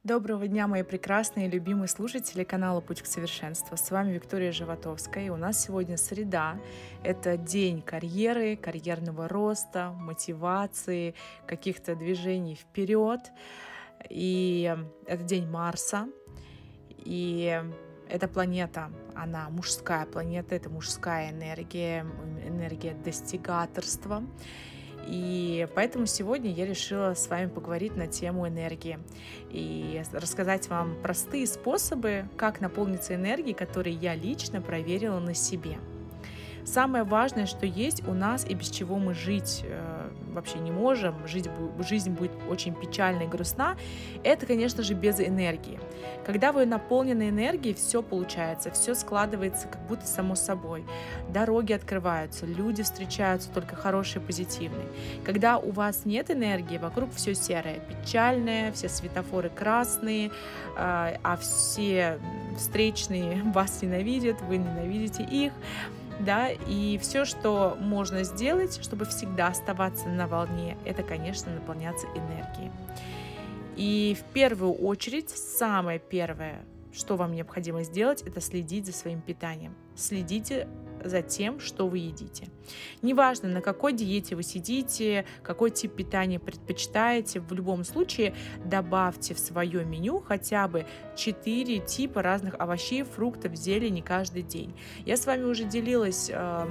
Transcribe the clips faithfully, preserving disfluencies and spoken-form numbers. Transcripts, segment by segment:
Доброго дня, мои прекрасные и любимые слушатели канала «Путь к совершенству». С вами Виктория Животовская, и у нас сегодня среда. Это день карьеры, карьерного роста, мотивации, каких-то движений вперед. И это день Марса. И эта планета, она мужская планета, это мужская энергия, энергия достигаторства. И поэтому сегодня я решила с вами поговорить на тему энергии и рассказать вам простые способы, как наполниться энергией, которые я лично проверила на себе. Самое важное, что есть у нас и без чего мы жить э, вообще не можем, жить, жизнь будет очень печальна и грустна, это, конечно же, без энергии. Когда вы наполнены энергией, все получается, все складывается как будто само собой. Дороги открываются, люди встречаются только хорошие, позитивные. Когда у вас нет энергии, вокруг все серое, печальное, все светофоры красные, э, а все встречные вас ненавидят, вы ненавидите их. Да, и все, что можно сделать, чтобы всегда оставаться на волне, это, конечно, наполняться энергией. И в первую очередь, самое первое, что вам необходимо сделать, это следить за своим питанием. Следите за тем, что вы едите. Неважно, на какой диете вы сидите, какой тип питания предпочитаете, в любом случае добавьте в свое меню хотя бы четыре типа разных овощей, фруктов, зелени каждый день. Я с вами уже делилась э,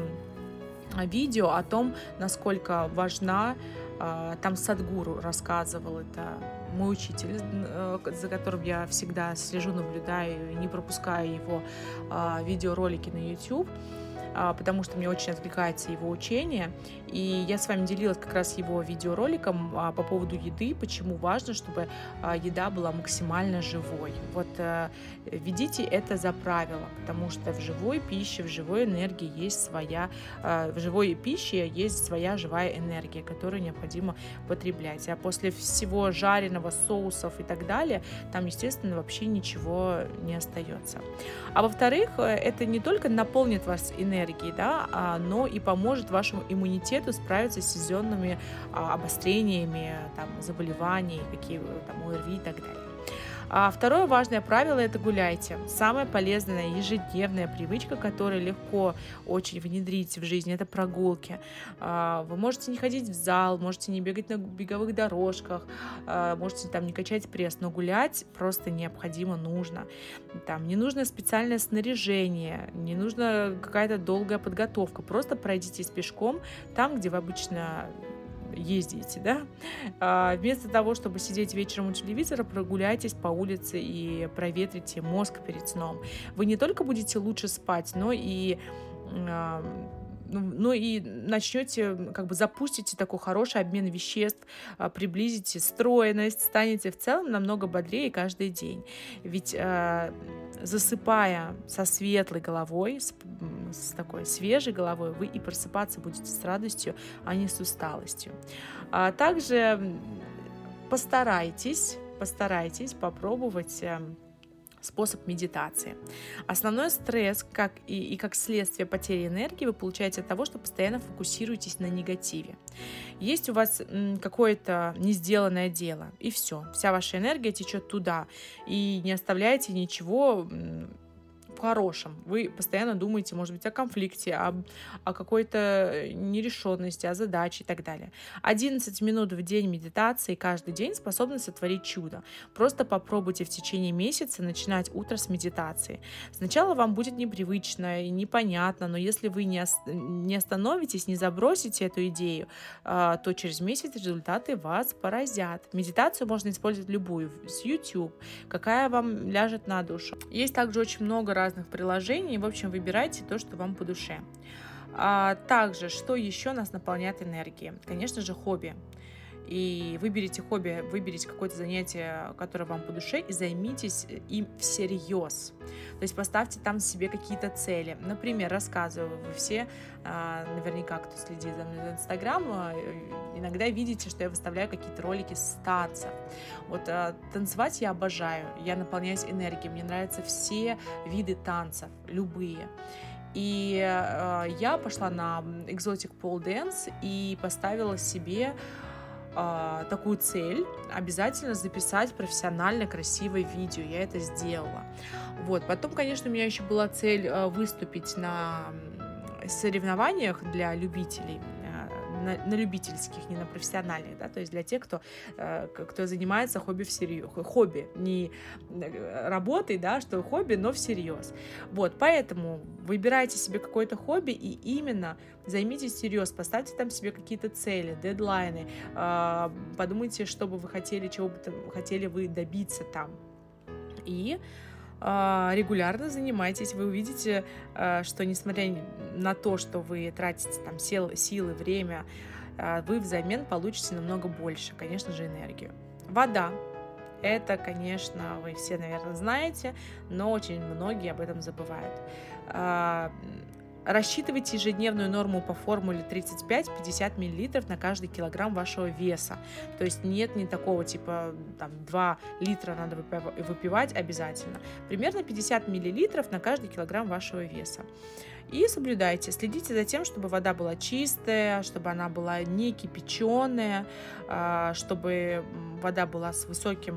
видео о том, насколько важна, э, там Садгуру рассказывал, это мой учитель, э, за которым я всегда слежу, наблюдаю, не пропускаю его э, видеоролики на YouTube, потому что мне очень откликается его учение. И я с вами делилась как раз его видеороликом по поводу еды, почему важно, чтобы еда была максимально живой. Вот ведите это за правило, потому что в живой пище, в живой энергии есть своя, в живой пище есть своя живая энергия, которую необходимо потреблять. А после всего жареного, соусов и так далее, там, естественно, вообще ничего не остается. А во-вторых, это не только наполнит вас энергией, да, но и поможет вашему иммунитету справиться с сезонными а, обострениями, там, заболеваний, какие там ОРВИ и так далее. А второе важное правило – это гуляйте. Самая полезная ежедневная привычка, которую легко очень внедрить в жизнь – это прогулки. Вы можете не ходить в зал, можете не бегать на беговых дорожках, можете там не качать пресс, но гулять просто необходимо, нужно. Там не нужно специальное снаряжение, не нужна какая-то долгая подготовка. Просто пройдитесь пешком там, где вы обычно ездите, да, а, вместо того, чтобы сидеть вечером у телевизора, прогуляйтесь по улице и проветрите мозг перед сном. Вы не только будете лучше спать, но и а, ну и начнете, как бы запустите такой хороший обмен веществ, приблизите стройность, станете в целом намного бодрее каждый день. Ведь засыпая со светлой головой, с, с такой свежей головой, вы и просыпаться будете с радостью, а не с усталостью. А также постарайтесь, постарайтесь попробовать способ медитации. Основной стресс, как и, и как следствие потери энергии, вы получаете от того, что постоянно фокусируетесь на негативе. Есть у вас м, какое-то не сделанное дело, и все. Вся ваша энергия течет туда, и не оставляете ничего м, в хорошем. Вы постоянно думаете, может быть, о конфликте, об, о какой-то нерешенности, о задаче и так далее. одиннадцать минут в день медитации каждый день способны сотворить чудо. Просто попробуйте в течение месяца начинать утро с медитации. Сначала вам будет непривычно и непонятно, но если вы не, ос- не остановитесь, не забросите эту идею, а, то через месяц результаты вас поразят. Медитацию можно использовать любую, с YouTube, какая вам ляжет на душу. Есть также очень много разных приложений. В общем, выбирайте то, что вам по душе. А также, что еще нас наполняет энергией? Конечно же, хобби. И выберите хобби, выберите какое-то занятие, которое вам по душе, и займитесь им всерьез. То есть поставьте там себе какие-то цели. Например, рассказываю, вы все, наверняка, кто следит за мной в Инстаграм, иногда видите, что я выставляю какие-то ролики с танцев. Вот танцевать я обожаю, я наполняюсь энергией, мне нравятся все виды танцев, любые. И э, я пошла на Exotic Pole Dance и поставила себе а, такую цель, обязательно записать профессионально красивое видео. Я это сделала. Вот. Потом, конечно, у меня еще была цель а, выступить на м, соревнованиях для любителей, а, на, на любительских, не на профессиональных, да, то есть для тех, кто, э, к- кто занимается хобби всерьез, хобби, не э, работой, да, что хобби, но всерьез. Вот, поэтому выбирайте себе какое-то хобби и именно займитесь всерьез, поставьте там себе какие-то цели, дедлайны, а, подумайте, что бы вы хотели, чего бы там хотели вы добиться там. И а, регулярно занимайтесь, вы увидите, а, что несмотря на то, что вы тратите там сил, силы, время, а, вы взамен получите намного больше, конечно же, энергию. Вода. Это, конечно, вы все, наверное, знаете, но очень многие об этом забывают. А, Рассчитывайте ежедневную норму по формуле тридцать пять пятьдесят миллилитров на каждый килограмм вашего веса. То есть нет ни такого типа там два литра надо выпивать обязательно. Примерно пятьдесят миллилитров на каждый килограмм вашего веса. И соблюдайте, следите за тем, чтобы вода была чистая, чтобы она была не кипяченая, чтобы вода была с высоким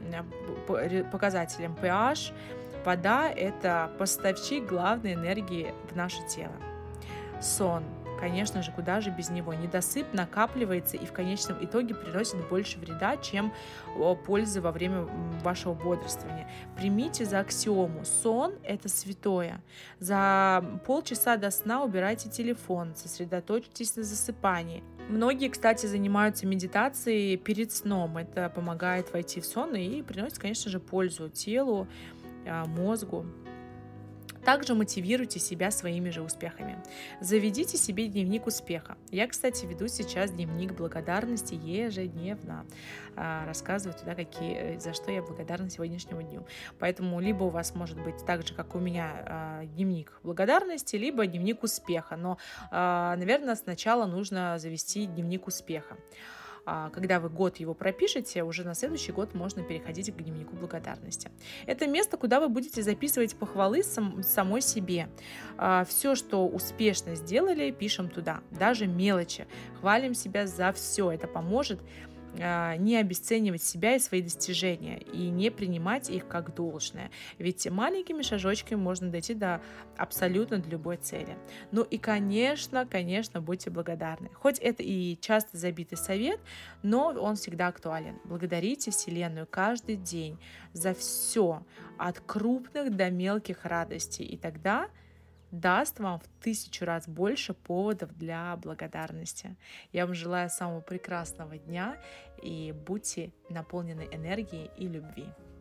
показателем pH. Вода – это поставщик главной энергии в наше тело. Сон. Конечно же, куда же без него? Недосып накапливается и в конечном итоге приносит больше вреда, чем пользы во время вашего бодрствования. Примите за аксиому: сон – это святое. За полчаса до сна убирайте телефон, сосредоточьтесь на засыпании. Многие, кстати, занимаются медитацией перед сном. Это помогает войти в сон и приносит, конечно же, пользу телу, мозгу. Также мотивируйте себя своими же успехами. Заведите себе дневник успеха. Я, кстати, веду сейчас дневник благодарности ежедневно. Рассказываю туда, какие, за что я благодарна сегодняшнему дню. Поэтому либо у вас может быть так же, как у меня, дневник благодарности, либо дневник успеха. Но, наверное, сначала нужно завести дневник успеха. Когда вы год его пропишете, уже на следующий год можно переходить к дневнику благодарности. Это место, куда вы будете записывать похвалы сам, самой себе. Все, что успешно сделали, пишем туда. Даже мелочи. Хвалим себя за все. Это поможет не обесценивать себя и свои достижения и не принимать их как должное. Ведь маленькими шажочками можно дойти до абсолютно до любой цели. Ну и, конечно, конечно, будьте благодарны. Хоть это и часто забитый совет, но он всегда актуален. Благодарите Вселенную каждый день за все, от крупных до мелких радостей, и тогда даст вам в тысячу раз больше поводов для благодарности. Я вам желаю самого прекрасного дня и будьте наполнены энергией и любви.